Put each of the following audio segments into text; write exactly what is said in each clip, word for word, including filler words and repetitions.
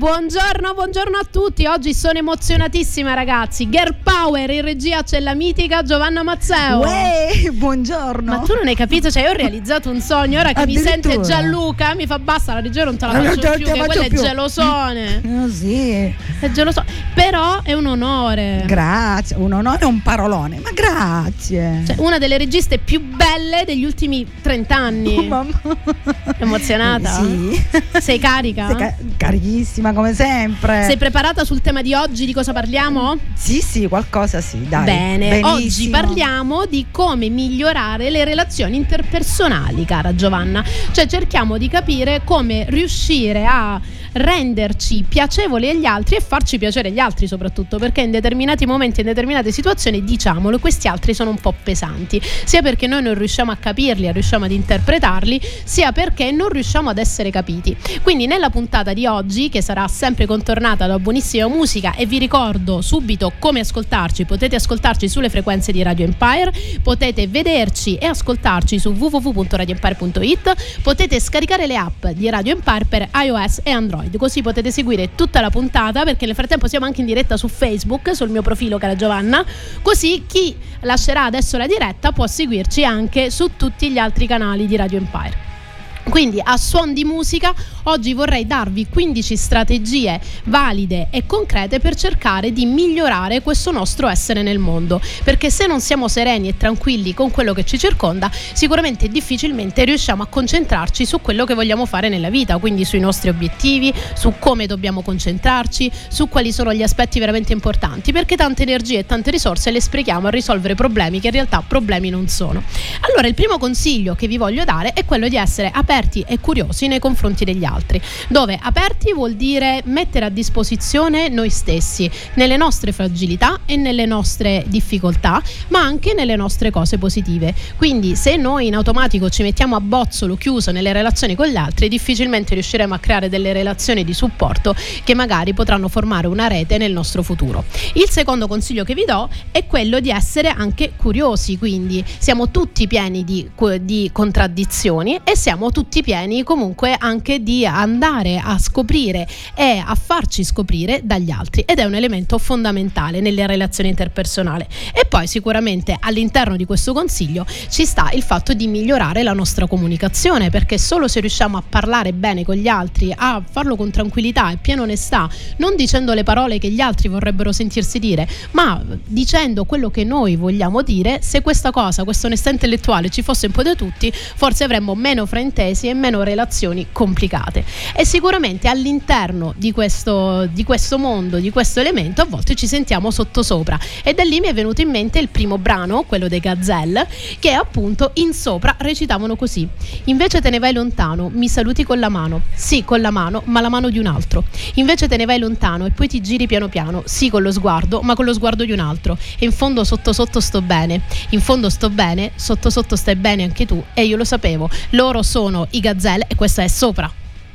Buongiorno, buongiorno a tutti. Oggi sono emozionatissima, ragazzi. Girl Power, in regia c'è la mitica Giovanna Mazzeo. Uè, buongiorno. Ma tu non hai capito, cioè io ho realizzato un sogno. Ora che mi sente Gianluca mi fa basta, la regia non te la faccio non te, più, te che quello più. è gelosone. Oh, sì. È gelosone. Però è un onore. Grazie, un onore e un parolone, ma grazie. Cioè, una delle registe più belle degli ultimi trent'anni. Oh, mamma. Emozionata? Sì. Sei carica? Sei ca- carichissima come sempre. Sei preparata sul tema di oggi? Di cosa parliamo? Sì, sì, qualcosa sì, dai. Bene, Benissimo. oggi parliamo di come migliorare le relazioni interpersonali, cara Giovanna. Cioè cerchiamo di capire come riuscire a renderci piacevoli agli altri e farci piacere agli altri, soprattutto perché in determinati momenti, in determinate situazioni, diciamolo, questi altri sono un po' pesanti, sia perché noi non riusciamo a capirli, non riusciamo ad interpretarli, sia perché non riusciamo ad essere capiti. Quindi nella puntata di oggi, che sarà sempre contornata da buonissima musica, e vi ricordo subito come ascoltarci: potete ascoltarci sulle frequenze di Radio Empire, potete vederci e ascoltarci su w w w punto radio empire punto i t, potete scaricare le app di Radio Empire per iOS e Android, così potete seguire tutta la puntata, perché nel frattempo siamo anche in diretta su Facebook, sul mio profilo, cara Giovanna, così chi lascerà adesso la diretta può seguirci anche su tutti gli altri canali di Radio Empire. Quindi a suon di musica oggi vorrei darvi quindici strategie valide e concrete per cercare di migliorare questo nostro essere nel mondo, perché se non siamo sereni e tranquilli con quello che ci circonda, sicuramente difficilmente riusciamo a concentrarci su quello che vogliamo fare nella vita, quindi sui nostri obiettivi, su come dobbiamo concentrarci, su quali sono gli aspetti veramente importanti, perché tante energie e tante risorse le sprechiamo a risolvere problemi che in realtà problemi non sono. Allora il primo consiglio che vi voglio dare è quello di essere aperti e curiosi nei confronti degli altri, dove aperti vuol dire mettere a disposizione noi stessi nelle nostre fragilità e nelle nostre difficoltà, ma anche nelle nostre cose positive. Quindi se noi in automatico ci mettiamo a bozzolo chiuso nelle relazioni con gli altri, difficilmente riusciremo a creare delle relazioni di supporto che magari potranno formare una rete nel nostro futuro. Il secondo consiglio che vi do è quello di essere anche curiosi, quindi siamo tutti pieni di, di contraddizioni e siamo tutti pieni comunque anche di andare a scoprire e a farci scoprire dagli altri, ed è un elemento fondamentale nelle relazioni interpersonali. E poi sicuramente all'interno di questo consiglio ci sta il fatto di migliorare la nostra comunicazione, perché solo se riusciamo a parlare bene con gli altri, a farlo con tranquillità e piena onestà, non dicendo le parole che gli altri vorrebbero sentirsi dire, ma dicendo quello che noi vogliamo dire, se questa cosa, questa onestà intellettuale ci fosse un po' da tutti, forse avremmo meno fraintesi e meno relazioni complicate. E sicuramente all'interno di questo, di questo mondo, di questo elemento, a volte ci sentiamo sottosopra, e da lì mi è venuto in mente il primo brano, quello dei Gazelle, che appunto in sopra recitavano così: invece te ne vai lontano, mi saluti con la mano, sì con la mano, ma la mano di un altro. Invece te ne vai lontano e poi ti giri piano piano, sì con lo sguardo, ma con lo sguardo di un altro. E in fondo sotto sotto sto bene, in fondo sto bene, sotto sotto stai bene anche tu, e io lo sapevo. Loro sono i Gazelle e questa è Sopra.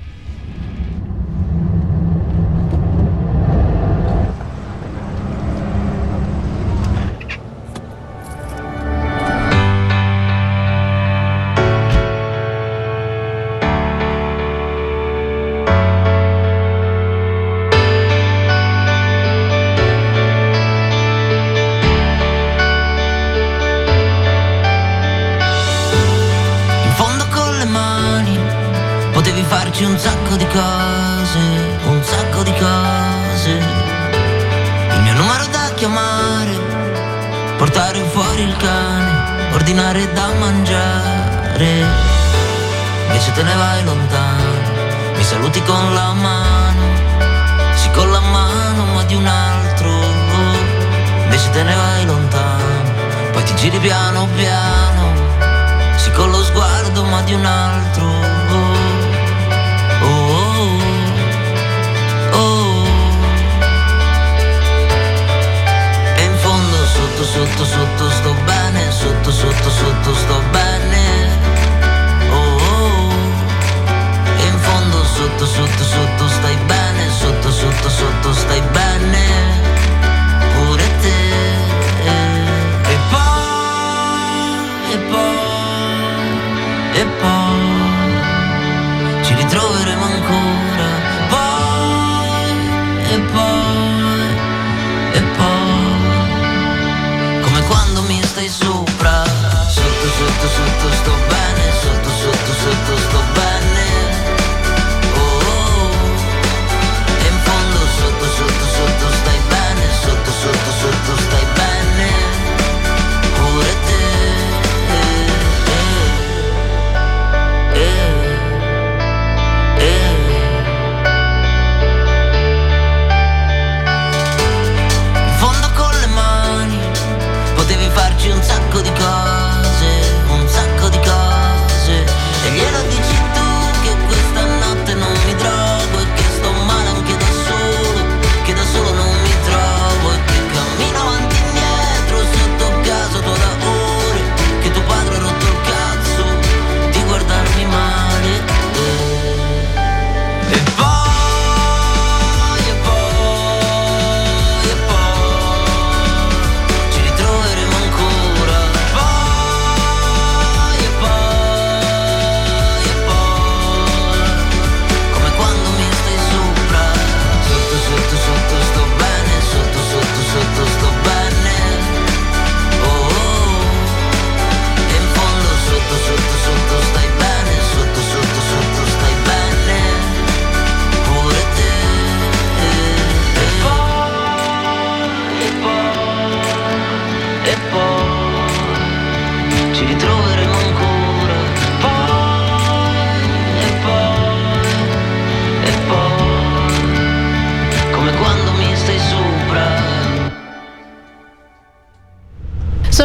Farci un sacco di cose, un sacco di cose. Il mio numero da chiamare, portare fuori il cane, ordinare da mangiare. Invece te ne vai lontano, mi saluti con la mano, sì con la mano ma di un altro. Invece te ne vai lontano, poi ti giri piano piano, sì con lo sguardo ma di un altro. Oh, oh, oh. E in fondo sotto sotto sotto sto bene, sotto sotto sotto sto bene. Oh, oh. E in fondo sotto sotto sotto stai bene, sotto sotto sotto stai bene pure te. E poi, e poi, e poi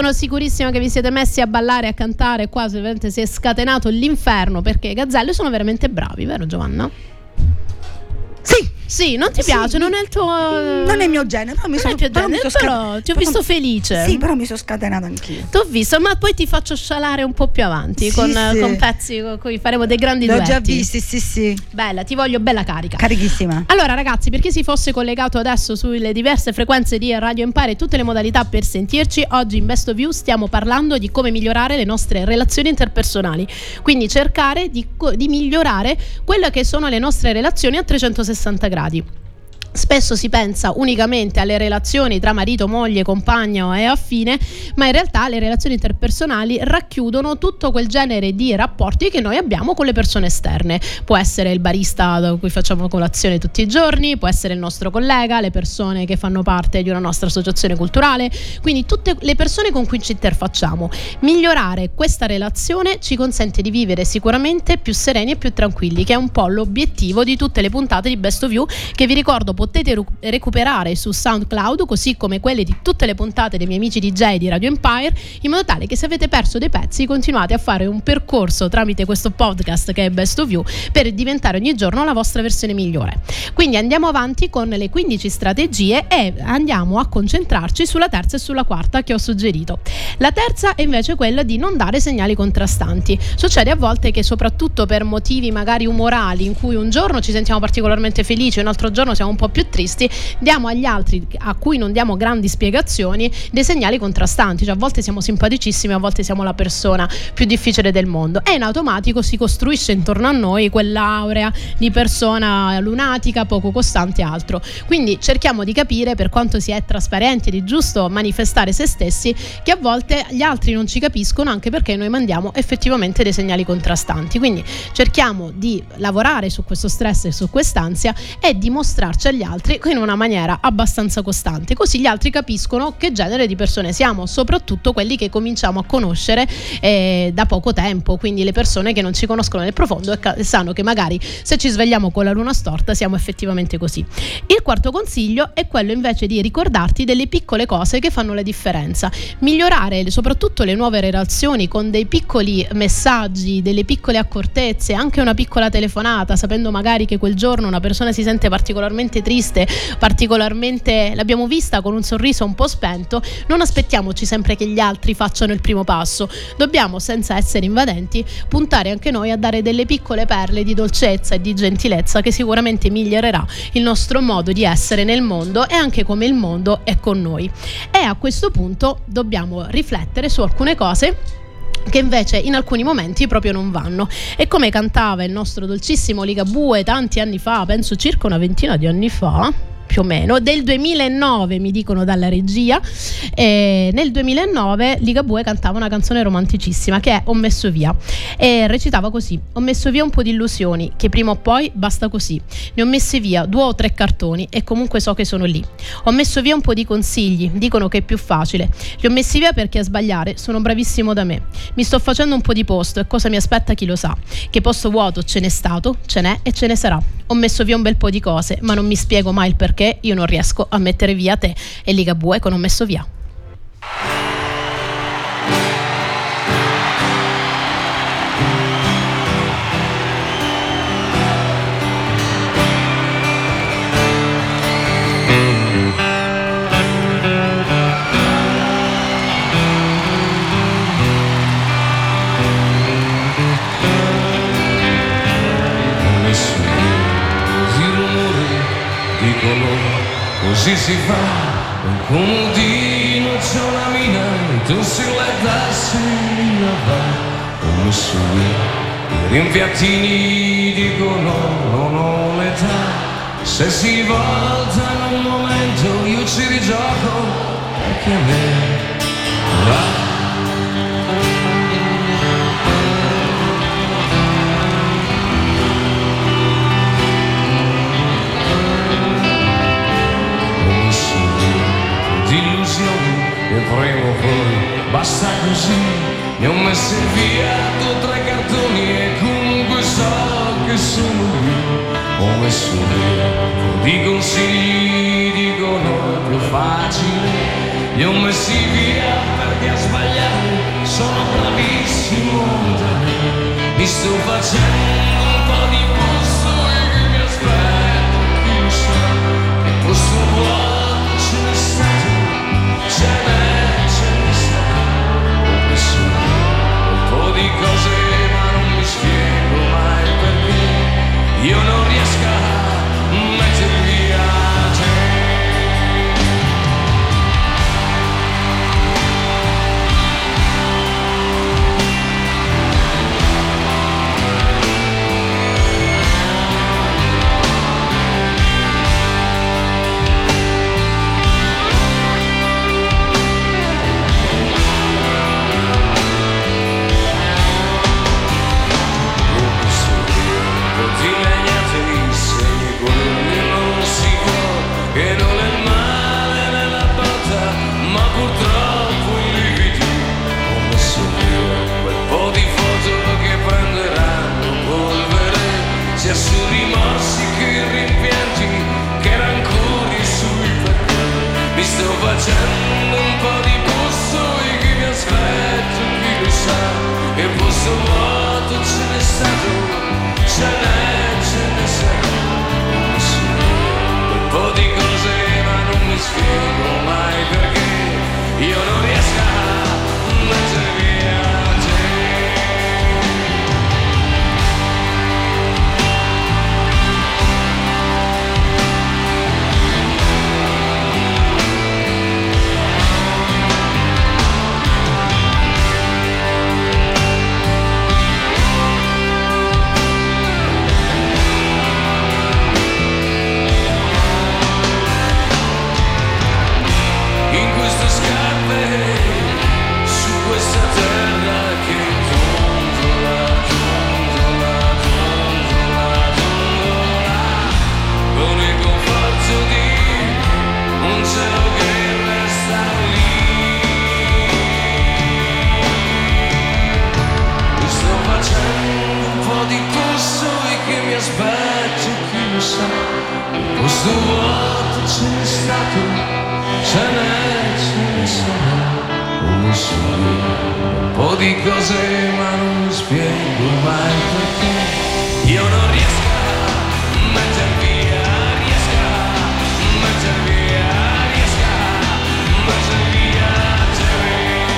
Sono sicurissima che vi siete messi a ballare, a cantare, qua ovviamente si è scatenato l'inferno perché i Gazelle sono veramente bravi, vero Giovanna? Sì. Sì, non ti Sì, piace, non è il tuo... Non è il mio genere, però mi non sono, è il tuo però genere, mi sono però scat- ti ho però- visto felice. Sì, però mi sono scatenata anch'io. Ti ho visto, ma poi ti faccio scialare un po' più avanti Sì, con, sì. con pezzi con cui faremo dei grandi L'ho duetti. già visti, sì, sì. Bella, ti voglio bella carica. Carichissima. Allora ragazzi, per chi si fosse collegato adesso sulle diverse frequenze di Radio Empire e tutte le modalità per sentirci, oggi in Best of You stiamo parlando di come migliorare le nostre relazioni interpersonali, quindi cercare di, di migliorare quelle che sono le nostre relazioni a trecentosessanta gradi. Spesso si pensa unicamente alle relazioni tra marito, moglie, compagno e affine, ma in realtà le relazioni interpersonali racchiudono tutto quel genere di rapporti che noi abbiamo con le persone esterne. Può essere il barista da cui facciamo colazione tutti i giorni, può essere il nostro collega, le persone che fanno parte di una nostra associazione culturale, quindi tutte le persone con cui ci interfacciamo. Migliorare questa relazione ci consente di vivere sicuramente più sereni e più tranquilli, che è un po' l'obiettivo di tutte le puntate di Best of You, che vi ricordo potete ru- recuperare su SoundCloud, così come quelle di tutte le puntate dei miei amici D J di Radio Empire, in modo tale che se avete perso dei pezzi continuate a fare un percorso tramite questo podcast che è Best of You per diventare ogni giorno la vostra versione migliore. Quindi andiamo avanti con le quindici strategie e andiamo a concentrarci sulla terza e sulla quarta che ho suggerito. La terza è invece quella di non dare segnali contrastanti. Succede a volte che soprattutto per motivi magari umorali, in cui un giorno ci sentiamo particolarmente felici e un altro giorno siamo un po' più tristi, diamo agli altri, a cui non diamo grandi spiegazioni, dei segnali contrastanti, cioè a volte siamo simpaticissimi, a volte siamo la persona più difficile del mondo e in automatico si costruisce intorno a noi quell'aurea di persona lunatica, poco costante e altro. Quindi cerchiamo di capire, per quanto si è trasparenti ed è giusto manifestare se stessi, che a volte gli altri non ci capiscono anche perché noi mandiamo effettivamente dei segnali contrastanti. Quindi cerchiamo di lavorare su questo stress e su quest'ansia e dimostrarci agli altri in una maniera abbastanza costante, così gli altri capiscono che genere di persone siamo, soprattutto quelli che cominciamo a conoscere eh, da poco tempo, quindi le persone che non ci conoscono nel profondo e, ca- e sanno che magari se ci svegliamo con la luna storta siamo effettivamente così. Il quarto consiglio è quello invece di ricordarti delle piccole cose che fanno la differenza, migliorare le, soprattutto le nuove relazioni con dei piccoli messaggi, delle piccole accortezze, anche una piccola telefonata, sapendo magari che quel giorno una persona si sente particolarmente triste, particolarmente l'abbiamo vista con un sorriso un po' spento. Non aspettiamoci sempre che gli altri facciano il primo passo, dobbiamo, senza essere invadenti, puntare anche noi a dare delle piccole perle di dolcezza e di gentilezza che sicuramente migliorerà il nostro modo di essere nel mondo e anche come il mondo è con noi. E a questo punto dobbiamo riflettere su alcune cose che invece in alcuni momenti proprio non vanno. E come cantava il nostro dolcissimo Ligabue tanti anni fa, penso circa una ventina di anni fa, più o meno, del duemilanove mi dicono dalla regia, e nel duemilanove Ligabue cantava una canzone romanticissima che è Ho messo via e recitava così: ho messo via un po' di illusioni che prima o poi basta così, ne ho messi via due o tre cartoni e comunque so che sono lì, ho messo via un po' di consigli, dicono che è più facile, li ho messi via perché a sbagliare sono bravissimo da me, mi sto facendo un po' di posto e cosa mi aspetta chi lo sa, che posto vuoto ce n'è stato, ce n'è e ce ne sarà, ho messo via un bel po' di cose ma non mi spiego mai il perché che io non riesco a mettere via te. E Ligabue con Ho messo via. Così si fa, un comodino c'è una mina, tu si letta si va, ho messo via, i rimpiattini dicono non ho l'età, se si volta in un momento io ci rigioco, perché a me va. E prima o poi basta così, ne ho messi via due o tre cartoni e comunque so che sono io, ho messo via di consigli, dicono è più facile, li ho messi via perché anche a sbagliare, sono bravissimo da me. Mi sto facendo un po' di posto e che mi aspetta, chi lo sa, che posto vuoto ce n'è stato, ce n'è, ce n'è stato. Ho messo un po' di cose ma non mi spiego mai perché io non riesco a mettere via te. Che non è male nella botta, ma purtroppo i lividi. Ho messo via quel po' di foto che prenderanno polvere, sia su rimorsi che rimpianti, che rancori sui perché. Mi sto facendo un po' di posto e che mi aspetto, chi lo sa, che posto vuoto ce n'è stato, ce n'è, ce n'è stato. Ho messo via un po' di cose ma non mi spiego mai perché io non riesco a mettere via te. In queste scarpe, su questa terra che dondola, dondola, dondola, dondola, con il conforto di un cielo che resta lì. Mi sto facendo un po' di posto e che mi aspetto, chi lo sa, un posto vuoto ce n'è stato, ce n'è, ce ne sarà. Ho messo via un po' di cose ma non mi spiego mai perché io non riesco a mettere via, riesco a mettere via, riesco a mettere via te.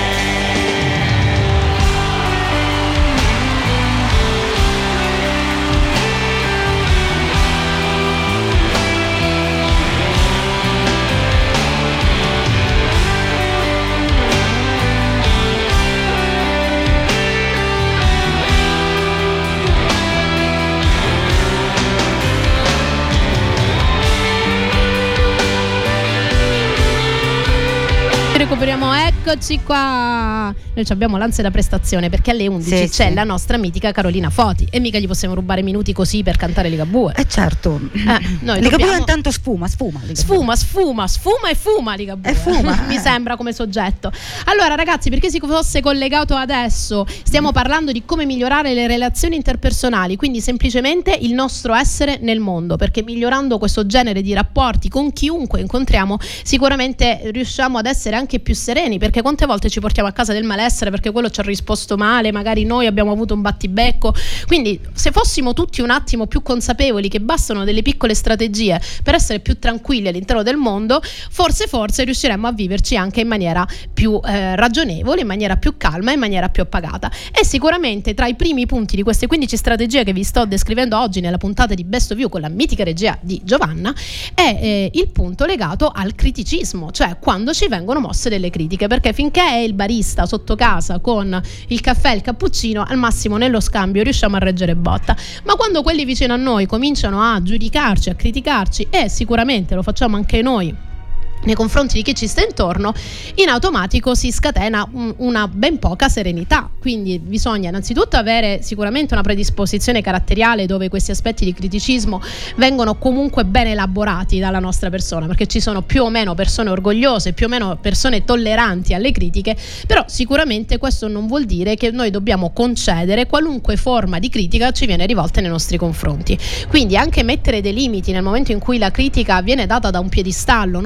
Recuperiamo, eccoci qua. Noi abbiamo l'ansia da prestazione perché alle undici Sì, c'è sì. la nostra mitica Carolina Foti e mica gli possiamo rubare minuti così per cantare Ligabue. Eh certo. Eh, noi Ligabue dobbiamo- intanto sfuma, sfuma. Ligabue. Sfuma, sfuma, sfuma e fuma Ligabue. E fuma, Mi eh. sembra come soggetto. Allora ragazzi, perché si fosse collegato adesso, stiamo parlando di come migliorare le relazioni interpersonali, quindi semplicemente il nostro essere nel mondo, perché migliorando questo genere di rapporti con chiunque incontriamo sicuramente riusciamo ad essere anche più sereni, perché quante volte ci portiamo a casa del malessere perché quello ci ha risposto male, magari noi abbiamo avuto un battibecco. Quindi se fossimo tutti un attimo più consapevoli che bastano delle piccole strategie per essere più tranquilli all'interno del mondo, forse forse riusciremmo a viverci anche in maniera più eh, ragionevole, in maniera più calma, in maniera più appagata. E sicuramente tra i primi punti di queste quindici strategie che vi sto descrivendo oggi nella puntata di Best of You con la mitica regia di Giovanna è eh, il punto legato al criticismo, cioè quando ci vengono mosse delle critiche, perché finché è il barista sotto casa con il caffè e il cappuccino, al massimo nello scambio riusciamo a reggere botta, ma quando quelli vicino a noi cominciano a giudicarci, a criticarci, e sicuramente lo facciamo anche noi nei confronti di chi ci sta intorno, in automatico si scatena un, una ben poca serenità. Quindi bisogna innanzitutto avere sicuramente una predisposizione caratteriale dove questi aspetti di criticismo vengono comunque ben elaborati dalla nostra persona, perché ci sono più o meno persone orgogliose, più o meno persone tolleranti alle critiche, però sicuramente questo non vuol dire che noi dobbiamo concedere qualunque forma di critica ci viene rivolta nei nostri confronti. Quindi anche mettere dei limiti nel momento in cui la critica viene data da un piedistallo, non da una persona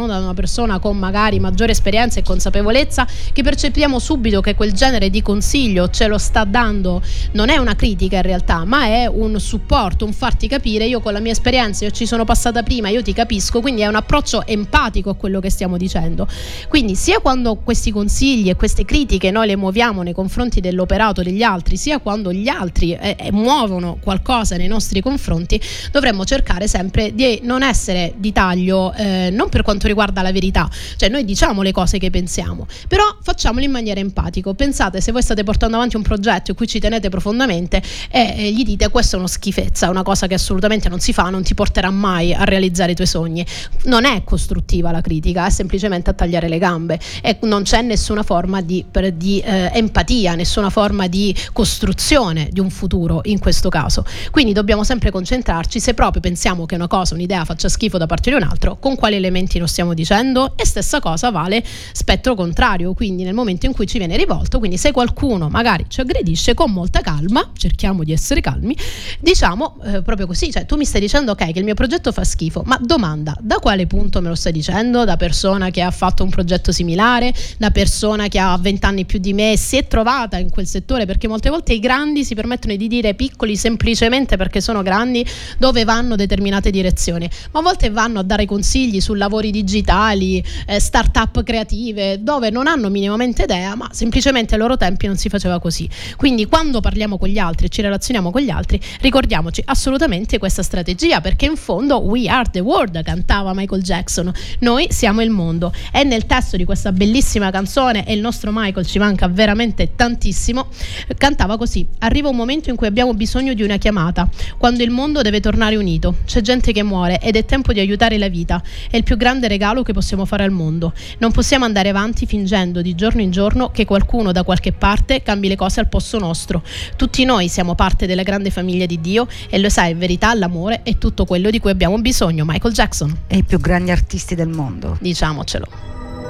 persona con magari maggiore esperienza e consapevolezza, che percepiamo subito che quel genere di consiglio ce lo sta dando, non è una critica in realtà, ma è un supporto, un farti capire: io con la mia esperienza, io ci sono passata prima, io ti capisco, quindi è un approccio empatico a quello che stiamo dicendo. Quindi sia quando questi consigli e queste critiche noi le muoviamo nei confronti dell'operato degli altri, sia quando gli altri eh, eh, muovono qualcosa nei nostri confronti, dovremmo cercare sempre di non essere di taglio, eh, non per quanto riguarda la verità, cioè noi diciamo le cose che pensiamo, però facciamolo in maniera empatica. Pensate, se voi state portando avanti un progetto in cui ci tenete profondamente e, e gli dite: questa è una schifezza, è una cosa che assolutamente non si fa, non ti porterà mai a realizzare i tuoi sogni, non è costruttiva la critica, è semplicemente a tagliare le gambe, e non c'è nessuna forma di, per, di eh, empatia, nessuna forma di costruzione di un futuro in questo caso. Quindi dobbiamo sempre concentrarci, se proprio pensiamo che una cosa, un'idea faccia schifo da parte di un altro, con quali elementi lo stiamo dicendo. E stessa cosa vale spettro contrario, quindi nel momento in cui ci viene rivolto, quindi se qualcuno magari ci aggredisce, con molta calma, cerchiamo di essere calmi, diciamo eh, proprio così, cioè tu mi stai dicendo ok che il mio progetto fa schifo, ma domanda: da quale punto me lo stai dicendo? Da persona che ha fatto un progetto similare, da persona che ha vent'anni più di me e si è trovata in quel settore? Perché molte volte i grandi si permettono di dire ai piccoli semplicemente perché sono grandi dove vanno determinate direzioni, ma a volte vanno a dare consigli su lavori digitali, eh, start-up creative, dove non hanno minimamente idea, ma semplicemente ai loro tempi non si faceva così. Quindi quando parliamo con gli altri e ci relazioniamo con gli altri, ricordiamoci assolutamente questa strategia, perché in fondo we are the world, cantava Michael Jackson, noi siamo il mondo. E nel testo di questa bellissima canzone, e il nostro Michael ci manca veramente tantissimo, cantava così: arriva un momento in cui abbiamo bisogno di una chiamata, quando il mondo deve tornare unito, c'è gente che muore ed è tempo di aiutare la vita, è il più grande regalo che possiamo fare al mondo. Non possiamo andare avanti fingendo di giorno in giorno che qualcuno da qualche parte cambi le cose al posto nostro. Tutti noi siamo parte della grande famiglia di Dio, e lo sai, in verità l'amore è tutto quello di cui abbiamo bisogno. Michael Jackson. E i più grandi artisti del mondo, diciamocelo.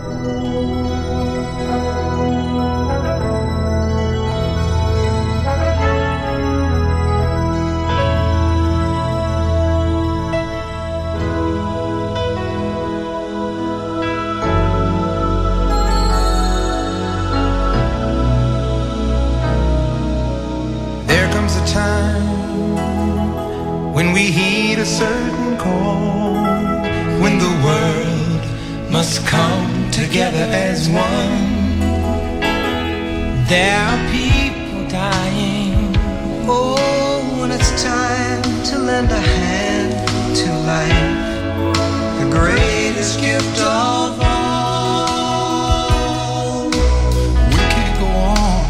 When we heed a certain call, when the world must come together as one. There are people dying. Oh, when it's time to lend a hand to life, the greatest gift of all. We can't go on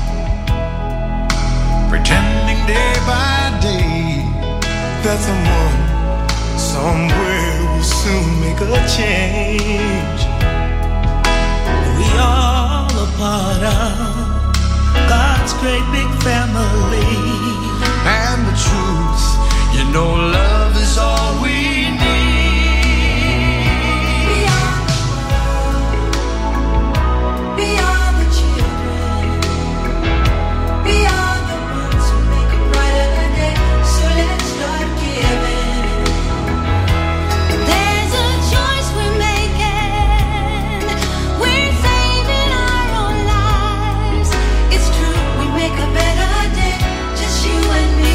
pretending day by day that someone somewhere will soon make a change. We all a part of God's great big family. And the truth, you know, love is all we need. We are the world, we are the children, we are the ones who make a brighter day. So let's start giving. There's a choice we're making. We're saving our own lives. It's true, we make a better day, just you and me.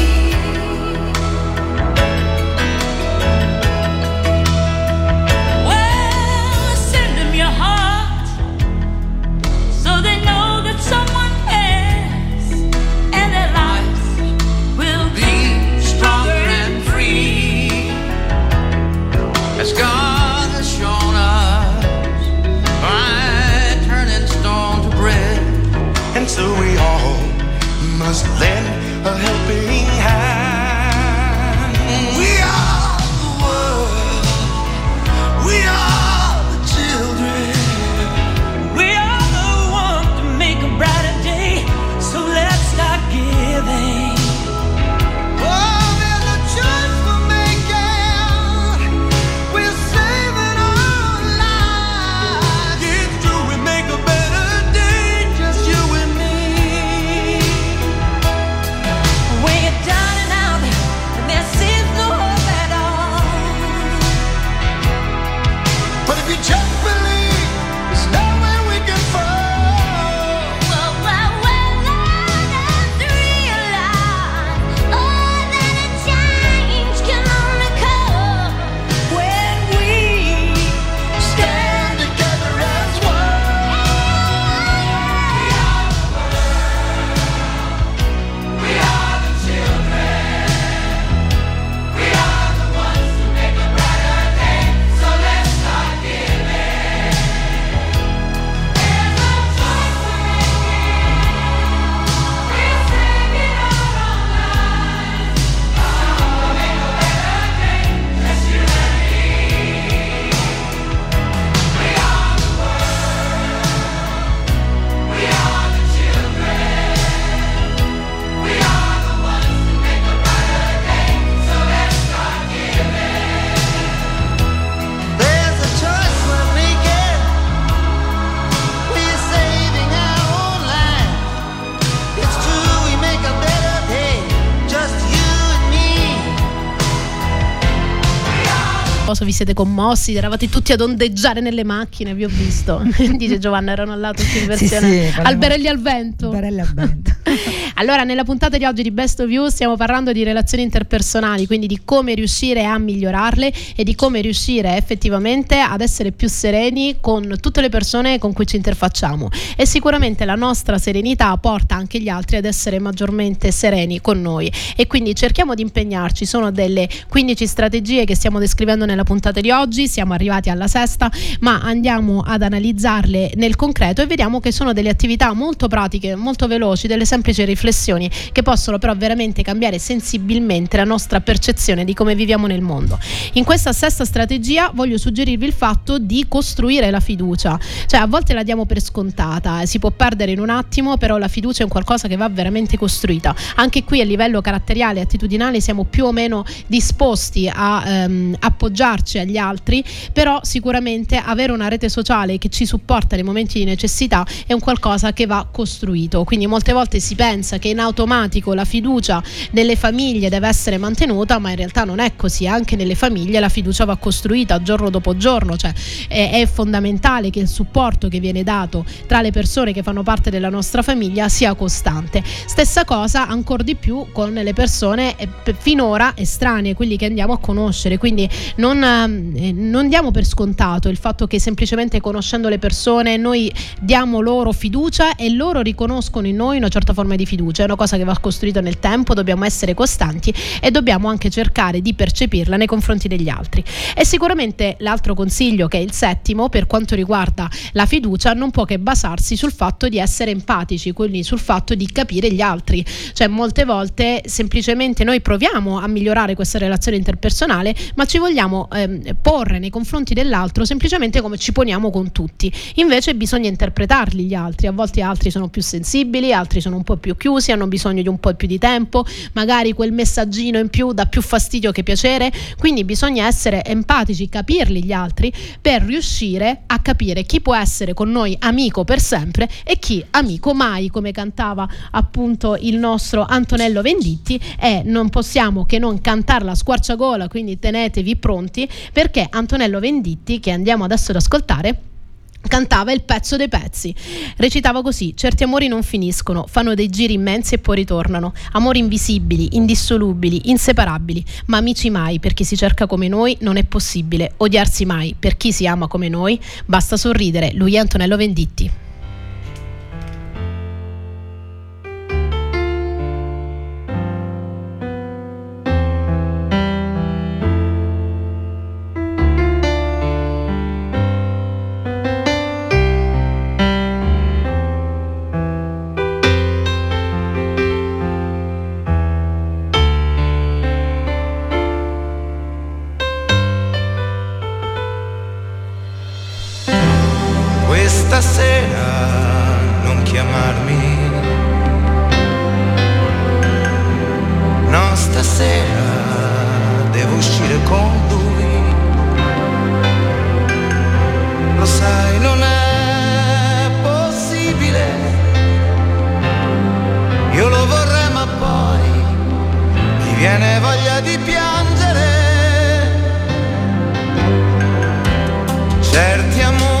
Well, send them your heart so they know that someone cares, and their lives will be stronger and free, as God has shown us by turning stone to bread. And so we all must lend a helping hand. We are the world, we are the children, we are the ones to make a brighter day. So let's start giving. Oh, there's a choice we're making. We're saving our lives. It's true, we make a better day, just you and me. We cosa vi siete commossi, eravate tutti ad ondeggiare nelle macchine, vi ho visto. Dice Giovanna, erano là tutti in versione Sì, sì, alberelli al vento. Alberelli al vento. Allora, nella puntata di oggi di Best of You stiamo parlando di relazioni interpersonali, quindi di come riuscire a migliorarle e di come riuscire effettivamente ad essere più sereni con tutte le persone con cui ci interfacciamo. E sicuramente la nostra serenità porta anche gli altri ad essere maggiormente sereni con noi, e quindi cerchiamo di impegnarci. Sono delle quindici strategie che stiamo descrivendo nella puntata di oggi, siamo arrivati alla sesta, ma andiamo ad analizzarle nel concreto e vediamo che sono delle attività molto pratiche, molto veloci, delle semplici riflessioni che possono però veramente cambiare sensibilmente la nostra percezione di come viviamo nel mondo. In questa sesta strategia voglio suggerirvi il fatto di costruire la fiducia. Cioè, a volte la diamo per scontata, si può perdere in un attimo, però la fiducia è un qualcosa che va veramente costruita. Anche qui a livello caratteriale e attitudinale siamo più o meno disposti a ehm, appoggiarci agli altri, però sicuramente avere una rete sociale che ci supporta nei momenti di necessità è un qualcosa che va costruito. Quindi molte volte si pensa che in automatico la fiducia nelle famiglie deve essere mantenuta, ma in realtà non è così. Anche nelle famiglie la fiducia va costruita giorno dopo giorno, cioè è, è fondamentale che il supporto che viene dato tra le persone che fanno parte della nostra famiglia sia costante. Stessa cosa ancora di più con le persone eh, finora estranee, quelli che andiamo a conoscere. Quindi non, eh, non diamo per scontato il fatto che semplicemente conoscendo le persone noi diamo loro fiducia e loro riconoscono in noi una certa forma di fiducia. È una cosa che va costruita nel tempo, dobbiamo essere costanti e dobbiamo anche cercare di percepirla nei confronti degli altri. E sicuramente l'altro consiglio, che è il settimo, per quanto riguarda la fiducia, non può che basarsi sul fatto di essere empatici, quindi sul fatto di capire gli altri. Cioè, molte volte semplicemente noi proviamo a migliorare questa relazione interpersonale, ma ci vogliamo ehm, porre nei confronti dell'altro semplicemente come ci poniamo con tutti. Invece bisogna interpretarli gli altri. A volte altri sono più sensibili, altri sono un po' più chiusi, hanno bisogno di un po' più di tempo, magari quel messaggino in più dà più fastidio che piacere. Quindi bisogna essere empatici, capirli gli altri, per riuscire a capire chi può essere con noi amico per sempre e chi amico mai, come cantava appunto il nostro Antonello Venditti. E non possiamo che non cantarla a squarciagola, quindi tenetevi pronti, perché Antonello Venditti, che andiamo adesso ad ascoltare, cantava il pezzo dei pezzi. Recitava così: certi amori non finiscono, fanno dei giri immensi e poi ritornano. Amori invisibili, indissolubili, inseparabili, ma amici mai per chi si cerca come noi non è possibile. Odiarsi mai per chi si ama come noi, basta sorridere. Lui è Antonello Venditti. Stasera non chiamarmi, no, stasera devo uscire con lui. Lo sai, non è possibile, io lo vorrei ma poi mi viene voglia di piangere. Certi amori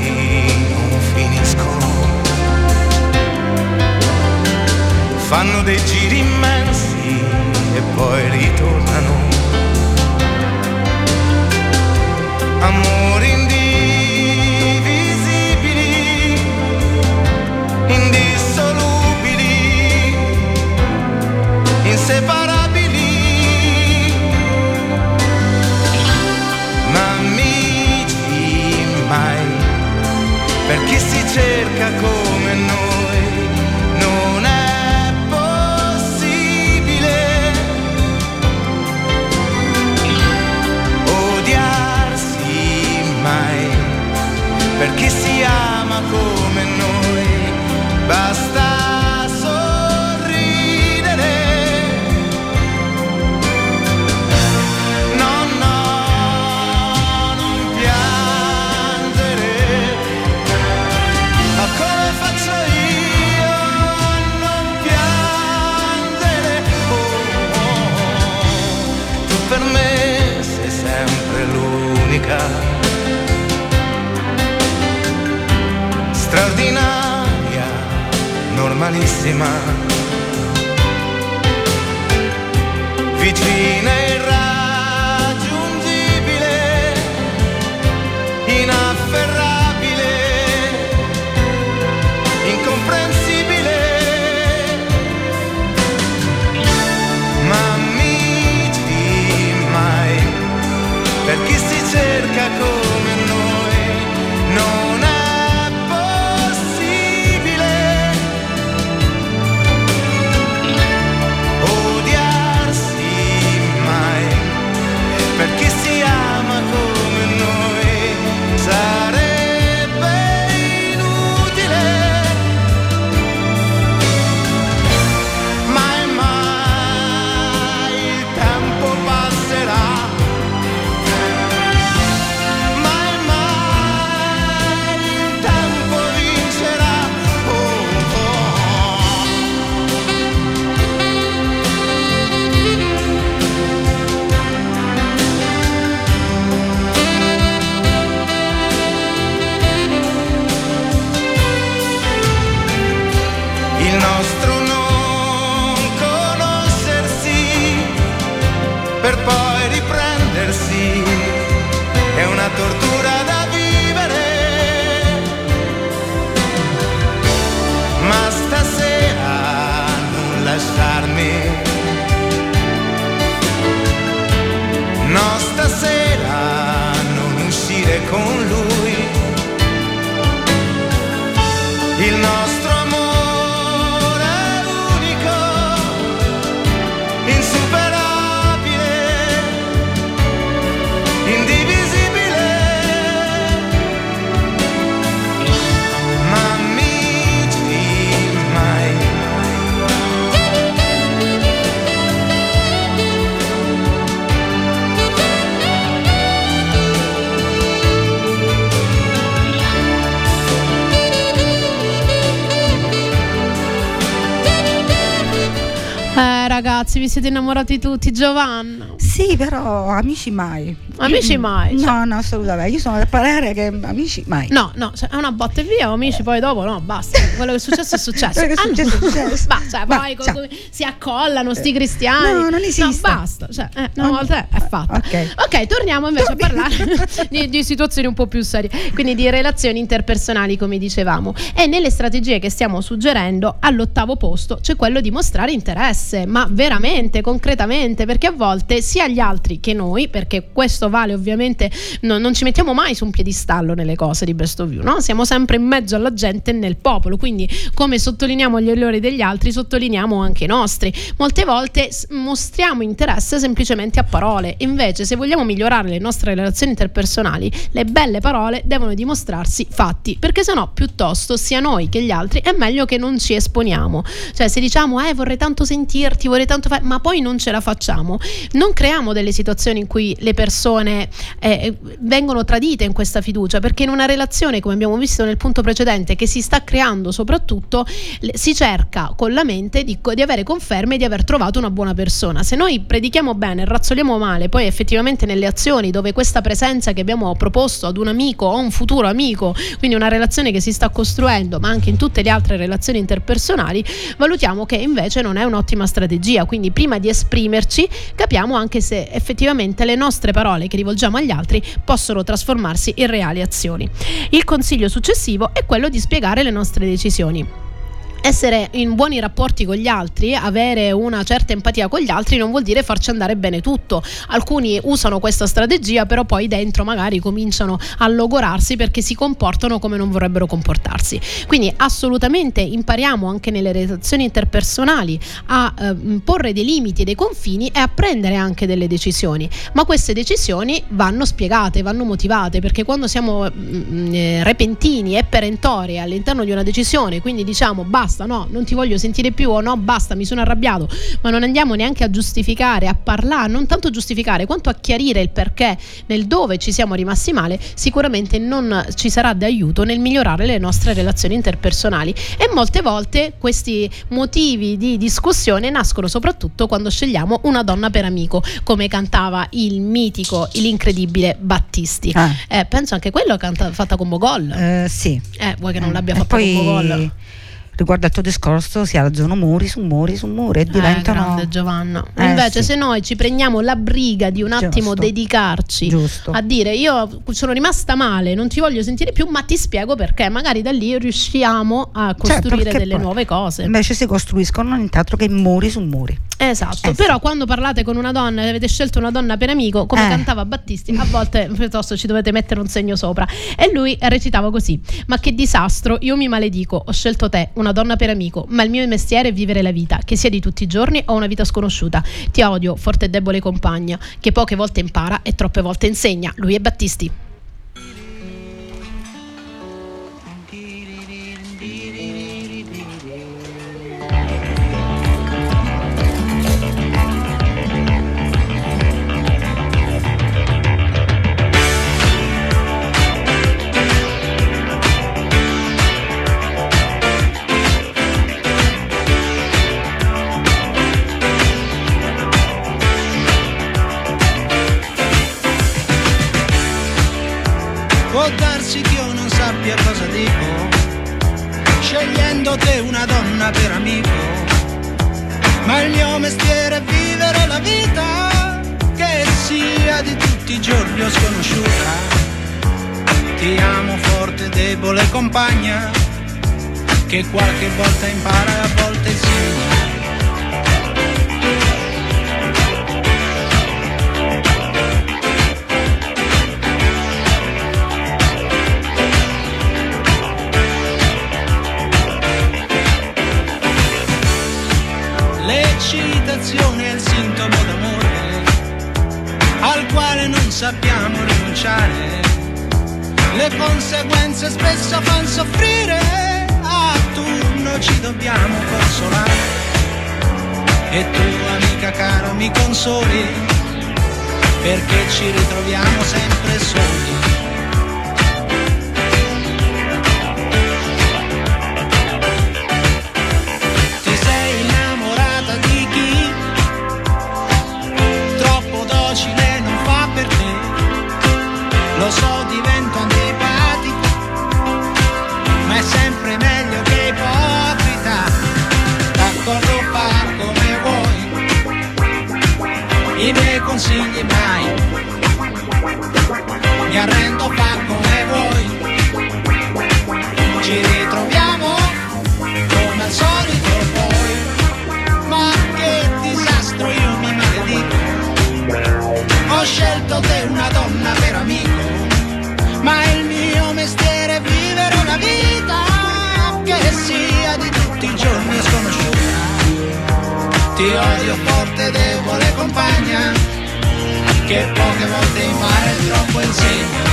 fanno dei giri immensi e poi ritornano. Amori indivisibili, indissolubili, inseparabili, ma amici mai per chi si cerca come noi. Non è odiarsi unica, straordinaria, normalissima, vicina e irraggiungibile, inafferrabile, incomprensibile, ma amici mai, per chi si cerca come noi, non è possibile odiarsi mai, per chi si ama come noi, sarebbe inutile, mai mai il tempo passerà, mai mai il tempo vincerà. Oh, oh. Il nostro non conoscersi per poi riprendersi è una tortura da vivere, ma stasera non lasciarmi, no stasera non uscire con lui, il nostro amore è unico, insuperabile, indivisibile, ma amici mai. Eh ragazzi, vi siete innamorati tutti, Giovanna? Sì, però amici mai. Amici mai, cioè- No, no, assolutamente. Io sono del parere che amici mai. No, no, cioè, è una botta e via, amici, poi dopo no, basta. Quello che è successo è successo. Quello che è successo è successo. Ma, cioè, Ma, poi co- cioè. come si accollano sti cristiani. No, non esiste. No, basta, cioè, eh, una No. volta è fatta. Ok. Ok, torniamo invece a parlare di, di situazioni un po' più serie, quindi di relazioni interpersonali, come dicevamo. E nelle strategie che stiamo suggerendo, all'ottavo posto c'è quello di mostrare interesse, ma veramente, concretamente, perché a volte sia gli altri che noi, perché questo vale ovviamente, no, non ci mettiamo mai su un piedistallo nelle cose di Best of You, no? Siamo sempre in mezzo alla gente e nel popolo, quindi come sottolineiamo gli errori degli altri, sottolineiamo anche i nostri. Molte volte s- mostriamo interesse semplicemente a parole, invece se vogliamo migliorare le nostre relazioni interpersonali, le belle parole devono dimostrarsi fatti, perché sennò piuttosto sia noi che gli altri è meglio che non ci esponiamo. Cioè se diciamo eh vorrei tanto sentirti, vorrei tanto fare, ma poi non ce la facciamo, non creiamo delle situazioni in cui le persone eh, vengono tradite in questa fiducia, perché in una relazione, come abbiamo visto nel punto precedente, che si sta creando soprattutto, le- si cerca con la mente di, di avere conferme di aver trovato una buona persona. Se noi predichiamo bene, razzoliamo male, poi effettivamente nelle azioni dove questa presenza che abbiamo proposto ad un amico o un futuro amico, quindi una relazione che si sta costruendo, ma anche in tutte le altre relazioni interpersonali, valutiamo che invece non è un'ottima strategia. Quindi prima di esprimerci capiamo anche se effettivamente le nostre parole che rivolgiamo agli altri possono trasformarsi in reali azioni. Il consiglio successivo è quello di spiegare le nostre decisioni. Essere in buoni rapporti con gli altri, avere una certa empatia con gli altri non vuol dire farci andare bene tutto. Alcuni usano questa strategia, però poi dentro magari cominciano a logorarsi perché si comportano come non vorrebbero comportarsi. Quindi assolutamente impariamo anche nelle relazioni interpersonali a eh, porre dei limiti e dei confini e a prendere anche delle decisioni, ma queste decisioni vanno spiegate, vanno motivate, perché quando siamo mm, eh, repentini e perentori all'interno di una decisione, quindi diciamo basta, basta, no, non ti voglio sentire più, o no, basta, mi sono arrabbiato, ma non andiamo neanche a giustificare, a parlare, non tanto giustificare quanto a chiarire il perché, nel dove ci siamo rimasti male, sicuramente non ci sarà d'aiuto nel migliorare le nostre relazioni interpersonali. E molte volte questi motivi di discussione nascono soprattutto quando scegliamo una donna per amico, come cantava il mitico, l'incredibile Battisti. Ah. Eh, penso anche quello canta, fatta con Mogol. Eh, sì. Eh, vuoi che non Eh, l'abbia e fatta poi, con Mogol? riguardo al tuo discorso, si alzano muri su muri su muri e Eh, diventano grande Giovanna. Eh, Invece sì. se noi ci prendiamo la briga di un attimo Giusto. dedicarci Giusto. a dire io sono rimasta male, non ti voglio sentire più, ma ti spiego perché, magari da lì riusciamo a costruire perché delle poi nuove cose. Invece si costruiscono nient'altro che muri su muri. Esatto, Eh, però sì. quando parlate con una donna e avete scelto una donna per amico, come Eh. cantava Battisti, a volte piuttosto ci dovete mettere un segno sopra. E lui recitava così: ma che disastro, io mi maledico, ho scelto te, una donna per amico, ma il mio mestiere è vivere la vita, che sia di tutti i giorni o una vita sconosciuta. Ti odio, forte e debole compagna, che poche volte impara e troppe volte insegna. Lui è Battisti. Può darsi che io non sappia cosa dico, scegliendo te una donna per amico, ma il mio mestiere è vivere la vita, che sia di tutti i giorni o sconosciuta. Ti amo forte, debole compagna, che qualche volta impara e a volte insegna. L'eccitazione è il sintomo d'amore al quale non sappiamo rinunciare. Le conseguenze spesso fanno soffrire, a turno ci dobbiamo consolare. E tu, amica cara, mi consoli, perché ci ritroviamo sempre soli. Lo so, divento antipatico, ma è sempre meglio che ipocrita. D'accordo, fa come vuoi, i miei consigli mai. Mi arrendo, fa come vuoi, ci ritroviamo come al solito poi. Ma che disastro, io mi maledico, ho scelto te una donna per amico, ma il mio mestiere è vivere una vita, che sia di tutti i giorni o sconosciuta. Ti odio forte, debole compagna, che poche volte impara e troppo insegna.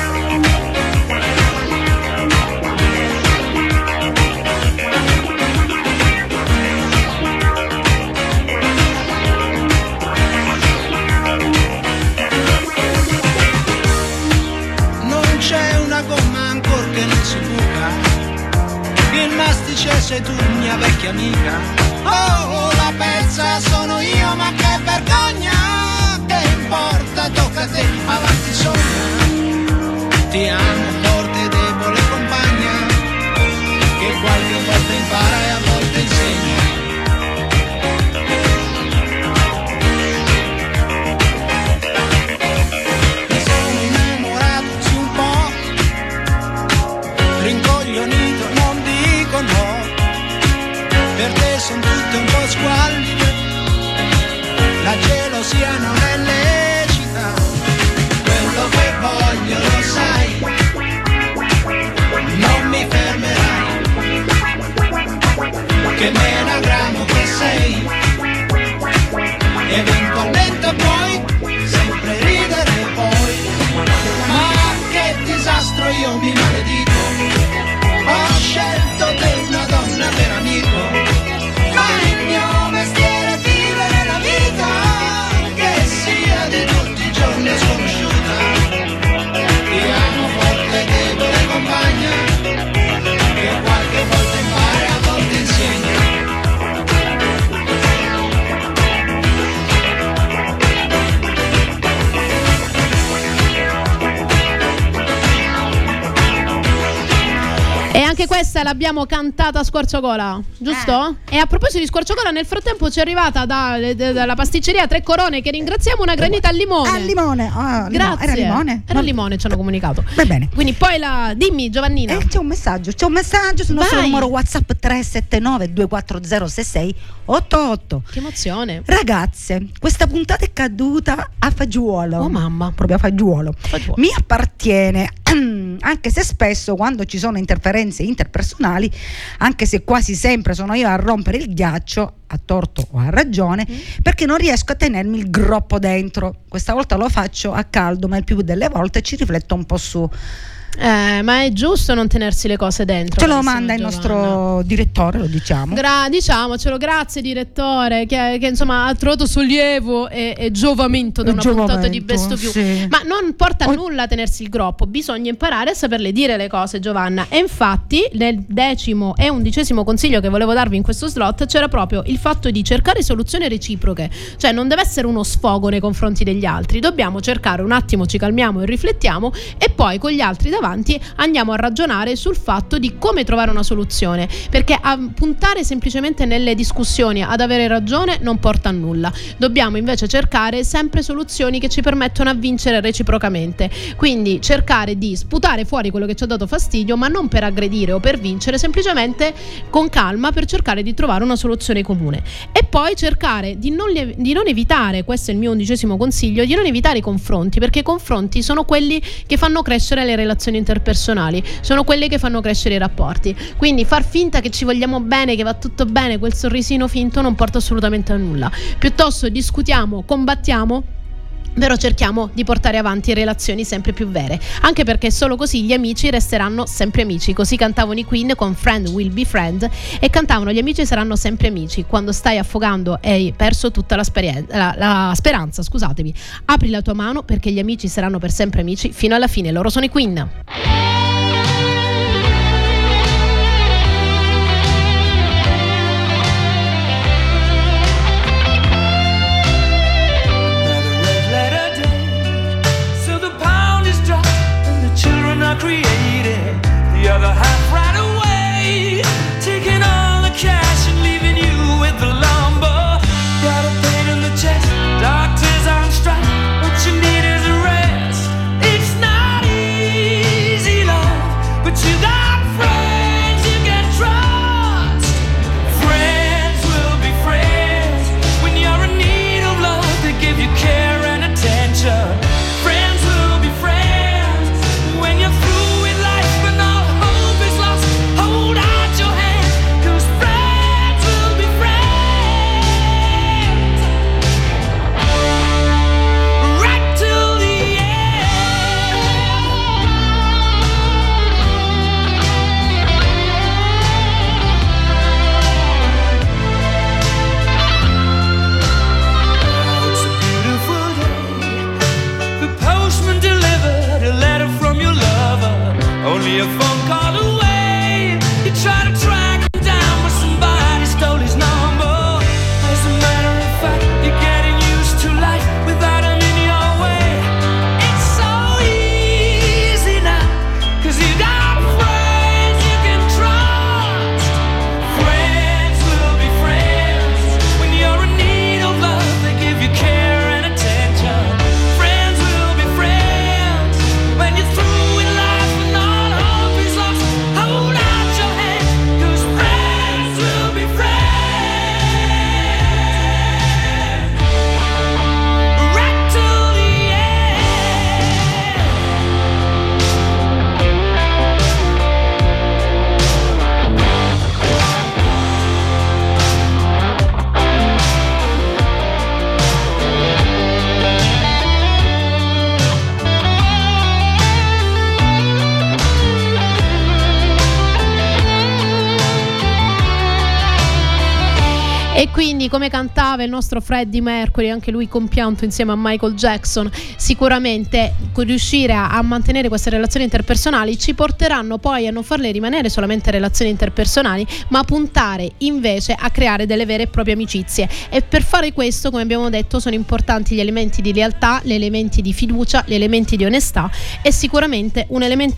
C'è una gomma ancora che non si buca, il mastice sei tu, mia vecchia amica. Oh, la pezza sono io, ma che vergogna, che importa, tocca a te, avanti sogna. Ti amo forte, debole compagna, che qualche volta impara e a volte insegna. Rincoglionito, non dico no, per te son tutte un po' squallide, la gelosia anche questa l'abbiamo cantata a squarciagola, giusto? Eh. E a proposito di squarciagola, nel frattempo ci è arrivata da, da, dalla pasticceria Tre Corone, che ringraziamo, una granita al limone. Al limone, oh, grazie. Era limone? Era Non... limone, ci hanno comunicato. Va bene. Quindi poi la dimmi, Giovannina. Eh, c'è un messaggio, c'è un messaggio sul nostro Vai. numero WhatsApp tre sette nove due quattro zero sei sei otto otto. Che emozione. Ragazze, questa puntata è caduta a fagiolo. Oh mamma. Proprio a fagiolo. Fagiolo. Mi appartiene, anche se spesso quando ci sono interferenze interpersonali, anche se quasi sempre sono io a rompere il ghiaccio, a torto o a ragione, mm. perché non riesco a tenermi il groppo dentro. Questa volta lo faccio a caldo, ma il più delle volte ci rifletto un po' su. Eh, ma è giusto non tenersi le cose dentro. Ce lo manda il Giovanna. nostro direttore, lo diciamo. Gra- diciamocelo, grazie direttore, che, che insomma ha trovato sollievo e, e giovamento da una Giovamento, puntata di Best of You. sì. Ma non porta a O- nulla tenersi il groppo, bisogna imparare a saperle dire le cose, Giovanna. E infatti nel decimo e undicesimo consiglio che volevo darvi in questo slot c'era proprio il fatto di cercare soluzioni reciproche. Cioè non deve essere uno sfogo nei confronti degli altri, dobbiamo cercare un attimo, ci calmiamo e riflettiamo, e poi con gli altri davanti andiamo a ragionare sul fatto di come trovare una soluzione, perché a puntare semplicemente nelle discussioni ad avere ragione non porta a nulla. Dobbiamo invece cercare sempre soluzioni che ci permettono a vincere reciprocamente, quindi cercare di sputare fuori quello che ci ha dato fastidio, ma non per aggredire o per vincere, semplicemente con calma, per cercare di trovare una soluzione comune. E poi cercare di non, li- di non evitare, questo è il mio undicesimo consiglio, di non evitare i confronti, perché i confronti sono quelli che fanno crescere le relazioni interpersonali, sono quelle che fanno crescere i rapporti. Quindi far finta che ci vogliamo bene, che va tutto bene, quel sorrisino finto non porta assolutamente a nulla. Piuttosto discutiamo, combattiamo, però cerchiamo di portare avanti relazioni sempre più vere, anche perché solo così gli amici resteranno sempre amici. Così cantavano i Queen con Friend Will Be Friend, e cantavano gli amici saranno sempre amici. Quando stai affogando e hai perso tutta la, speren- la, la speranza, scusatemi, apri la tua mano, perché gli amici saranno per sempre amici fino alla fine. Loro sono i Queen. Created the other half right away, taking all the cash and leaving you with the lumber. Got a pain in the chest, doctors on strike. What you need is a rest. It's not easy, love, but you got friends you can trust. Friends will be friends when you're in need of love. They give you care and attention. Friends will be friends when you're through with life and all hope is lost. Hold out your hand, 'cause friends will be friends right till the end. It's a beautiful day. The postman delivered a letter from your lover, only a phone call away. You try to track him down, but somebody stole his number. As a matter of fact, you're getting used to life without him in your way. It's so easy now, 'cause you got friends you can trust. Friends will be friends when you're in need of love. They give you care and attention. Friends will be friends when you're through with life and all hope is lost. Hold out your hand, 'cause friends will be friends right till the end. E quindi, come cantava il nostro Freddie Mercury, anche lui compianto insieme a Michael Jackson, sicuramente riuscire a, a mantenere queste relazioni interpersonali ci porteranno poi a non farle rimanere solamente relazioni interpersonali, ma a puntare invece a creare delle vere e proprie amicizie. E per fare questo, come abbiamo detto, sono importanti gli elementi di lealtà, gli elementi di fiducia, gli elementi di onestà, e sicuramente un elemento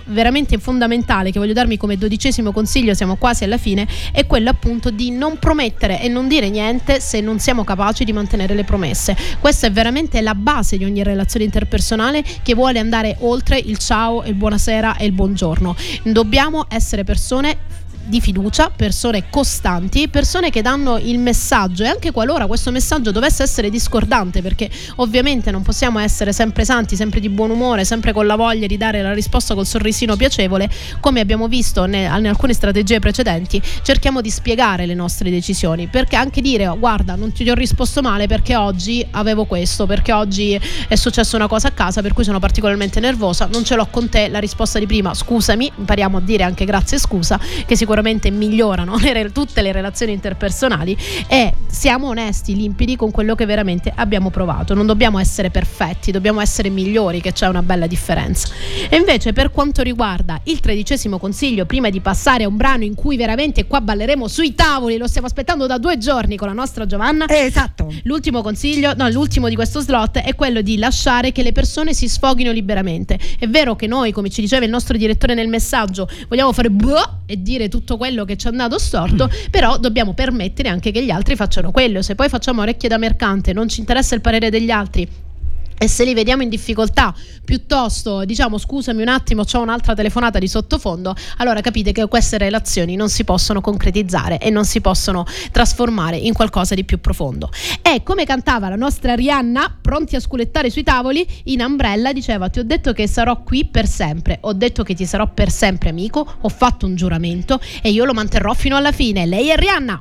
veramente fondamentale che voglio darmi come dodicesimo consiglio, siamo quasi alla fine, è quello appunto di non promettere e non dire niente se non siamo capaci di mantenere le promesse. Questa è veramente la base di ogni relazione interpersonale che vuole andare oltre il ciao, il buonasera e il buongiorno. Dobbiamo essere persone di fiducia, persone costanti, persone che danno il messaggio, e anche qualora questo messaggio dovesse essere discordante, perché ovviamente non possiamo essere sempre santi, sempre di buon umore, sempre con la voglia di dare la risposta col sorrisino piacevole, come abbiamo visto ne, in alcune strategie precedenti, cerchiamo di spiegare le nostre decisioni, perché anche dire oh, guarda non ti ho risposto male perché oggi avevo questo, perché oggi è successa una cosa a casa per cui sono particolarmente nervosa, non ce l'ho con te, la risposta di prima scusami, impariamo a dire anche grazie e scusa, che sicuramente sicuramente migliorano le, tutte le relazioni interpersonali, e siamo onesti, limpidi con quello che veramente abbiamo provato. Non dobbiamo essere perfetti, dobbiamo essere migliori, che c'è una bella differenza. E invece per quanto riguarda il tredicesimo consiglio, prima di passare a un brano in cui veramente qua balleremo sui tavoli, lo stiamo aspettando da due giorni con la nostra Giovanna, eh, esatto, l'ultimo consiglio, no l'ultimo di questo slot è quello di lasciare che le persone si sfoghino liberamente. È vero che noi, come ci diceva il nostro direttore nel messaggio, vogliamo fare boh e dire tutto quello che ci è andato storto, però dobbiamo permettere anche che gli altri facciano quello. Se poi facciamo orecchie da mercante, non ci interessa il parere degli altri e se li vediamo in difficoltà, piuttosto diciamo scusami un attimo, c'ho un'altra telefonata di sottofondo, allora capite che queste relazioni non si possono concretizzare e non si possono trasformare in qualcosa di più profondo. E come cantava la nostra Rihanna, pronti a sculettare sui tavoli, in Umbrella diceva: ti ho detto che sarò qui per sempre, ho detto che ti sarò per sempre amico, ho fatto un giuramento e io lo manterrò fino alla fine. Lei è Rihanna.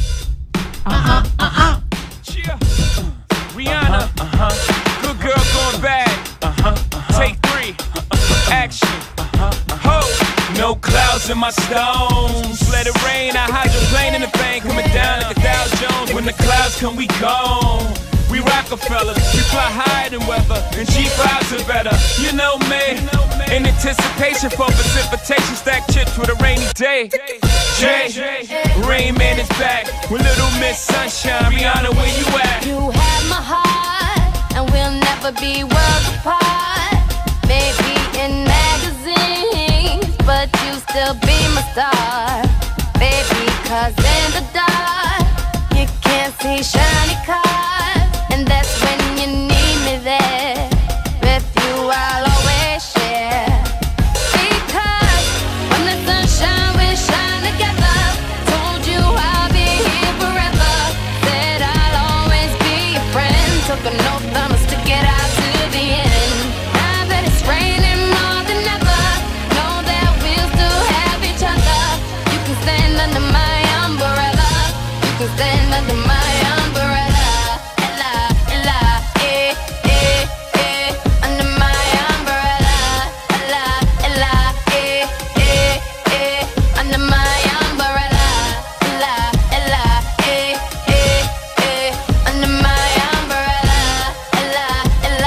Ah, ah, ah, ah. Rihanna, uh-huh. Good girl going bad. Uh-huh. Uh-huh. Take three. Uh-huh. Action. Uh-huh. Ho. No clouds in my stones. Let it rain. I hydroplane in the bank. Coming down like a Dow Jones. When the clouds come, we gone. We Rockefellers. We fly higher than weather. And G fives are better. You know me. In anticipation for precipitation. Stack chips with a rainy day. Jay, Rain Man is back. With Little Miss Sunshine. Rihanna, where you at? You have my heart, and we'll never be worlds apart. Maybe in magazines, but you still be my star. Baby, cause in the dark, you can't see shiny cars. And that's when you need me there. With you I'll always share. Because when the sunshine will shine together. Told you I'll be here forever. Said I'll always be your friend. Took an oath I'ma stick it out to the end. Now that it's raining more than ever, know that we'll still have each other. You can stand under my umbrella. You can stand under my umbrella. Ella, Ella, eh, eh, eh. Under my umbrella. Ella, Ella, eh, eh, eh. Under my umbrella. Ella, Ella, eh, eh, eh. Under my umbrella. Ella, Ella,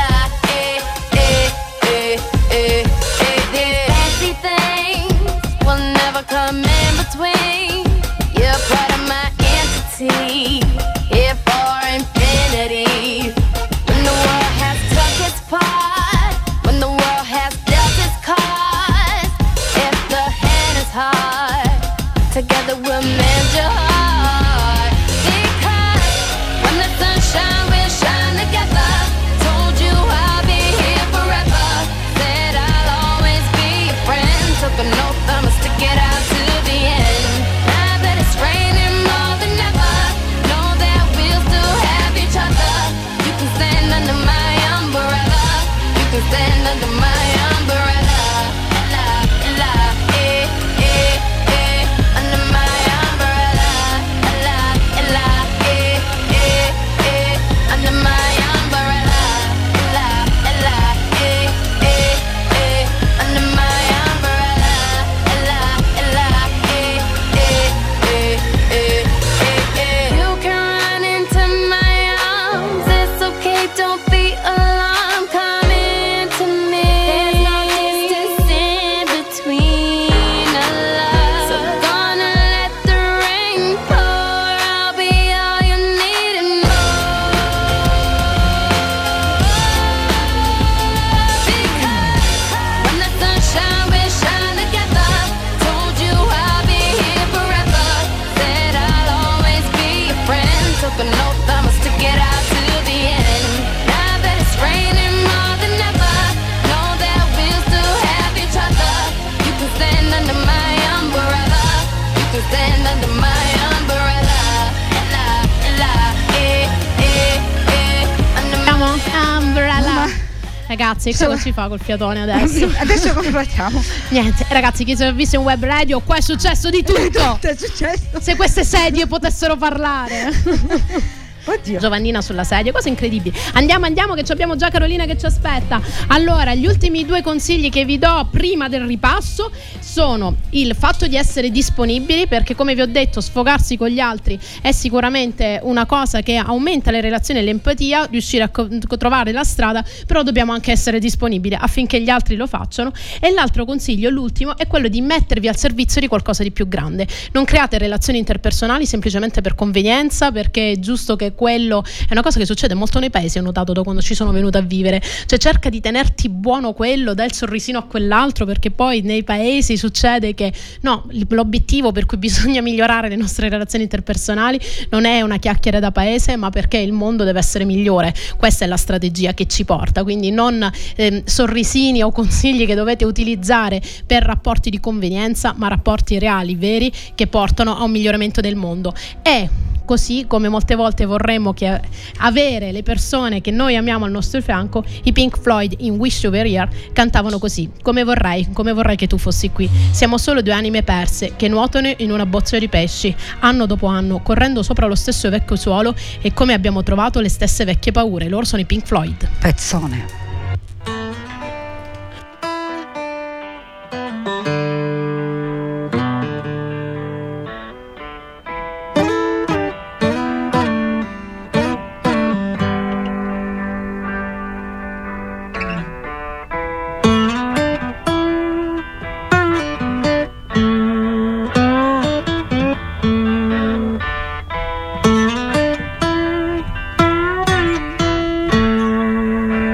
Ragazzi, che cosa ci fa col fiatone adesso? Adesso come facciamo? Niente, ragazzi, chi si è visto in web radio, qua è successo di tutto. È successo. Se queste sedie potessero parlare. Oddio. Giovannina sulla sedia, cosa incredibile. Andiamo, andiamo, che ci abbiamo già Carolina che ci aspetta. Allora, gli ultimi due consigli che vi do prima del ripasso sono il fatto di essere disponibili, perché come vi ho detto, sfogarsi con gli altri è sicuramente una cosa che aumenta le relazioni e l'empatia, riuscire a co- trovare la strada, però dobbiamo anche essere disponibili affinché gli altri lo facciano. E l'altro consiglio, l'ultimo, è quello di mettervi al servizio di qualcosa di più grande. Non create relazioni interpersonali semplicemente per convenienza, perché è giusto che quello è una cosa che succede molto nei paesi, ho notato da quando ci sono venuta a vivere, cioè cerca di tenerti buono quello, dai il sorrisino a quell'altro, perché poi nei paesi succede che no, l'obiettivo per cui bisogna migliorare le nostre relazioni interpersonali non è una chiacchiera da paese, ma perché il mondo deve essere migliore. Questa è la strategia che ci porta, quindi non eh, sorrisini o consigli che dovete utilizzare per rapporti di convenienza, ma rapporti reali, veri, che portano a un miglioramento del mondo. E così come molte volte vorremmo che avere le persone che noi amiamo al nostro fianco, i Pink Floyd in Wish You Were Here cantavano così: come vorrei, come vorrei che tu fossi qui. Siamo solo due anime perse che nuotano in una boccia di pesci, anno dopo anno, correndo sopra lo stesso vecchio suolo, e come abbiamo trovato le stesse vecchie paure. Loro sono i Pink Floyd. Pezzone.